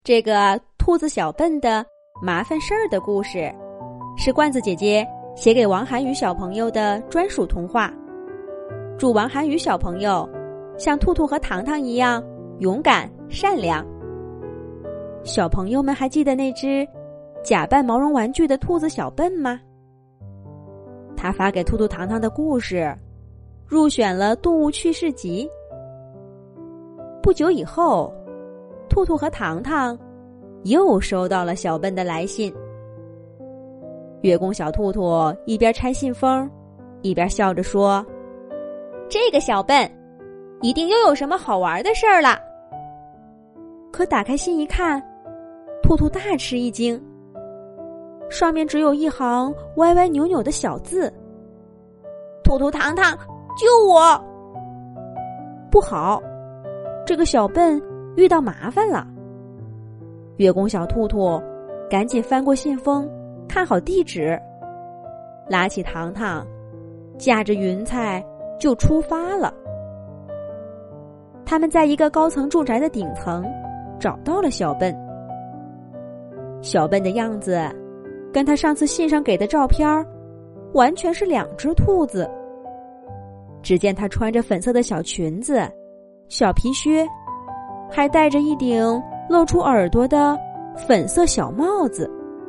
这个兔子小笨的麻烦事儿的故事，是罐子姐姐写给王涵宇小朋友的专属童话。祝王涵宇小朋友像兔兔和糖糖一样勇敢善良。小朋友们还记得那只假扮毛绒玩具的兔子小笨吗？他发给兔兔糖糖的故事入选了动物趣事集。不久以后，兔兔和糖糖又收到了小笨的来信。月宫小兔兔一边拆信封，一边笑着说：“这个小笨一定又有什么好玩的事儿了。”可打开信一看，兔兔大吃一惊，上面只有一行歪歪扭扭的小字：“兔兔糖糖，救我！”不好，这个小笨遇到麻烦了。月宫小兔兔赶紧翻过信封，看好地址，拉起糖糖，驾着云彩就出发了。他们在一个高层住宅的顶层找到了小笨。小笨的样子跟他上次信上给的照片完全是两只兔子。只见他穿着粉色的小裙子、小皮靴，还戴着一顶露出耳朵的粉色小帽子。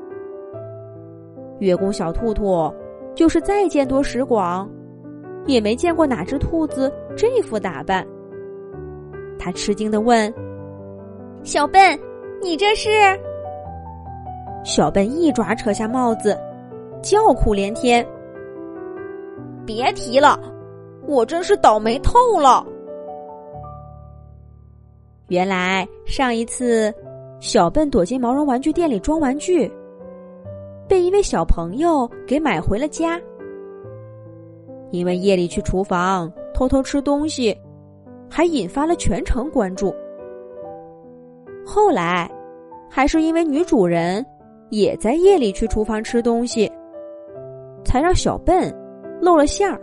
月宫小兔兔就是再见多识广，也没见过哪只兔子这副打扮。他吃惊地问：“小笨，你这是？”小笨一爪扯下帽子，叫苦连天：“别提了，我真是倒霉透了。”原来上一次小笨躲进毛绒玩具店里装玩具，被一位小朋友给买回了家。因为夜里去厨房偷偷吃东西，还引发了全城关注。后来还是因为女主人也在夜里去厨房吃东西，才让小笨露了馅儿。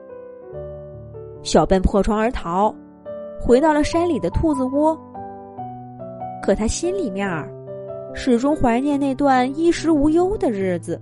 小笨破窗而逃，回到了山里的兔子窝。可他心里面始终怀念那段衣食无忧的日子，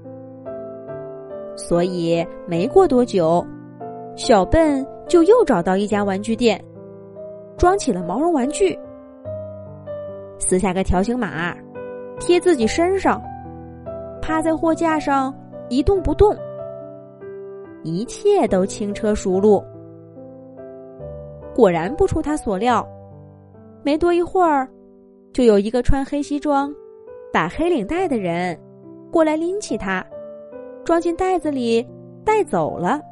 所以没过多久，小笨就又找到一家玩具店，装起了毛绒玩具，撕下个条形码贴自己身上，趴在货架上一动不动，一切都轻车熟路。果然不出他所料，没多一会儿，就有一个穿黑西装、打黑领带的人过来拎起他，装进袋子里带走了。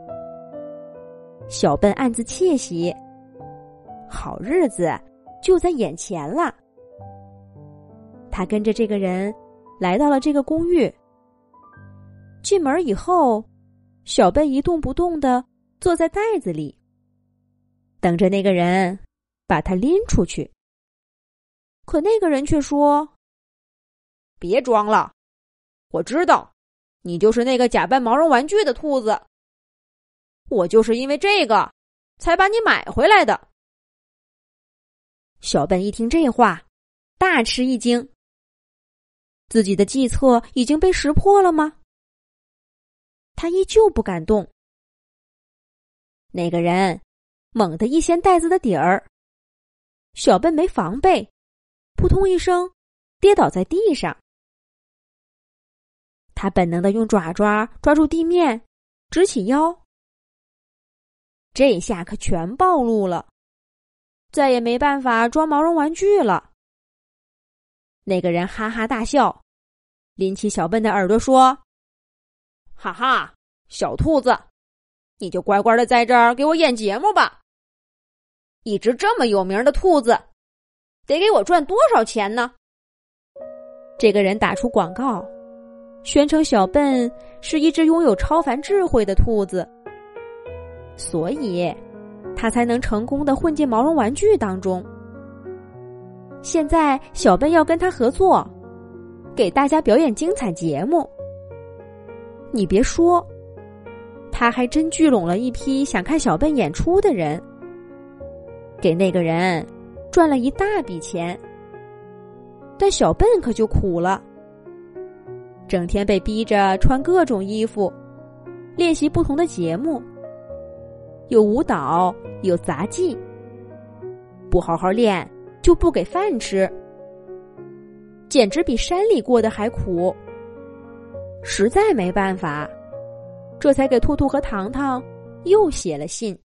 小笨暗自窃喜，好日子就在眼前了。他跟着这个人来到了这个公寓。进门以后，小笨一动不动地坐在袋子里，等着那个人把他拎出去。可那个人却说：“别装了，我知道你就是那个假扮毛绒玩具的兔子，我就是因为这个才把你买回来的。”小笨一听这话，大吃一惊，自己的计策已经被识破了吗？他依旧不敢动。那个人猛地一掀袋子的底儿，小笨没防备，扑通一声跌倒在地上。他本能地用爪爪抓住地面，直起腰。这下可全暴露了，再也没办法装毛绒玩具了。那个人哈哈大笑，拎起小笨的耳朵说：“哈哈，小兔子，你就乖乖的在这儿给我演节目吧。一只这么有名的兔子，得给我赚多少钱呢？”这个人打出广告，宣称小笨是一只拥有超凡智慧的兔子，所以他才能成功地混进毛绒玩具当中。现在小笨要跟他合作，给大家表演精彩节目。你别说，他还真聚拢了一批想看小笨演出的人，给那个人赚了一大笔钱。 但小笨可就苦了，整天被逼着穿各种衣服，练习不同的节目，有舞蹈，有杂技，不好好练就不给饭吃，简直比山里过得还苦。实在没办法，这才给兔兔和糖糖又写了信。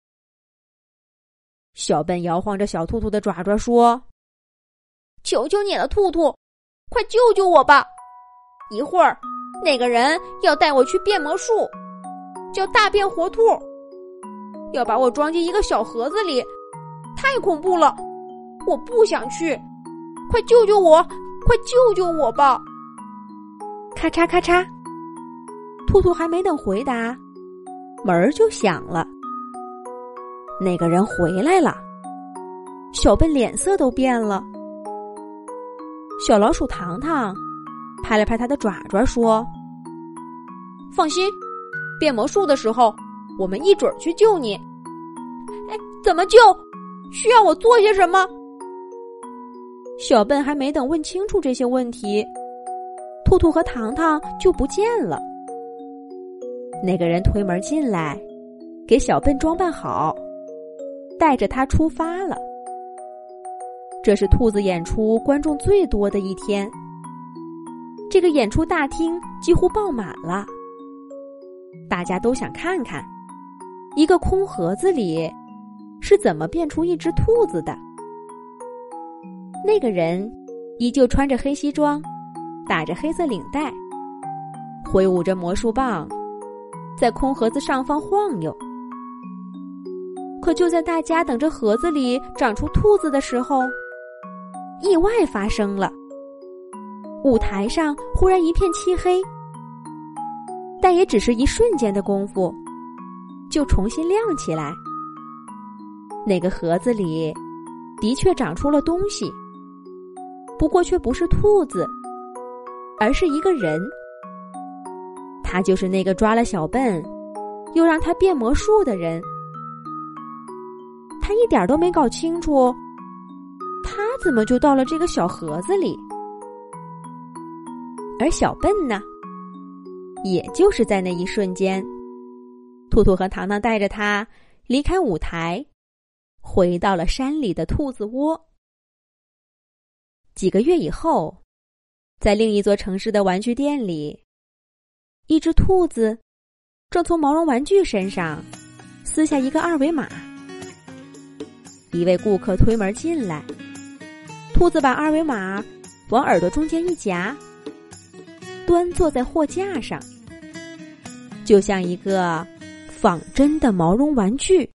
小笨摇晃着小兔兔的爪爪说：求求你了，兔兔，快救救我吧！一会儿那个人要带我去变魔术，叫大变活兔，要把我装进一个小盒子里，太恐怖了，我不想去，快救救我，快救救我吧！咔嚓咔嚓，兔兔还没等回答，门儿就响了。那个人回来了，小笨脸色都变了。小老鼠糖糖拍了拍他的爪爪说：放心，变魔术的时候我们一准儿去救你。怎么救？需要我做些什么？小笨还没等问清楚这些问题，兔兔和糖糖就不见了。那个人推门进来，给小笨装扮好，带着他出发了。这是兔子演出观众最多的一天，这个演出大厅几乎爆满了，大家都想看看一个空盒子里是怎么变出一只兔子的。那个人依旧穿着黑西装，打着黑色领带，挥舞着魔术棒，在空盒子上方晃悠。可就在大家等着盒子里长出兔子的时候，意外发生了。舞台上忽然一片漆黑，但也只是一瞬间的功夫，就重新亮起来。那个盒子里的确长出了东西，不过却不是兔子，而是一个人。他就是那个抓了小笨又让他变魔术的人。他一点都没搞清楚，他怎么就到了这个小盒子里。而小笨呢，也就是在那一瞬间，兔兔和糖糖带着他离开舞台，回到了山里的兔子窝。几个月以后，在另一座城市的玩具店里，一只兔子正从毛绒玩具身上撕下一个二维码。一位顾客推门进来，兔子把二维码往耳朵中间一夹，端坐在货架上，就像一个仿真的毛绒玩具。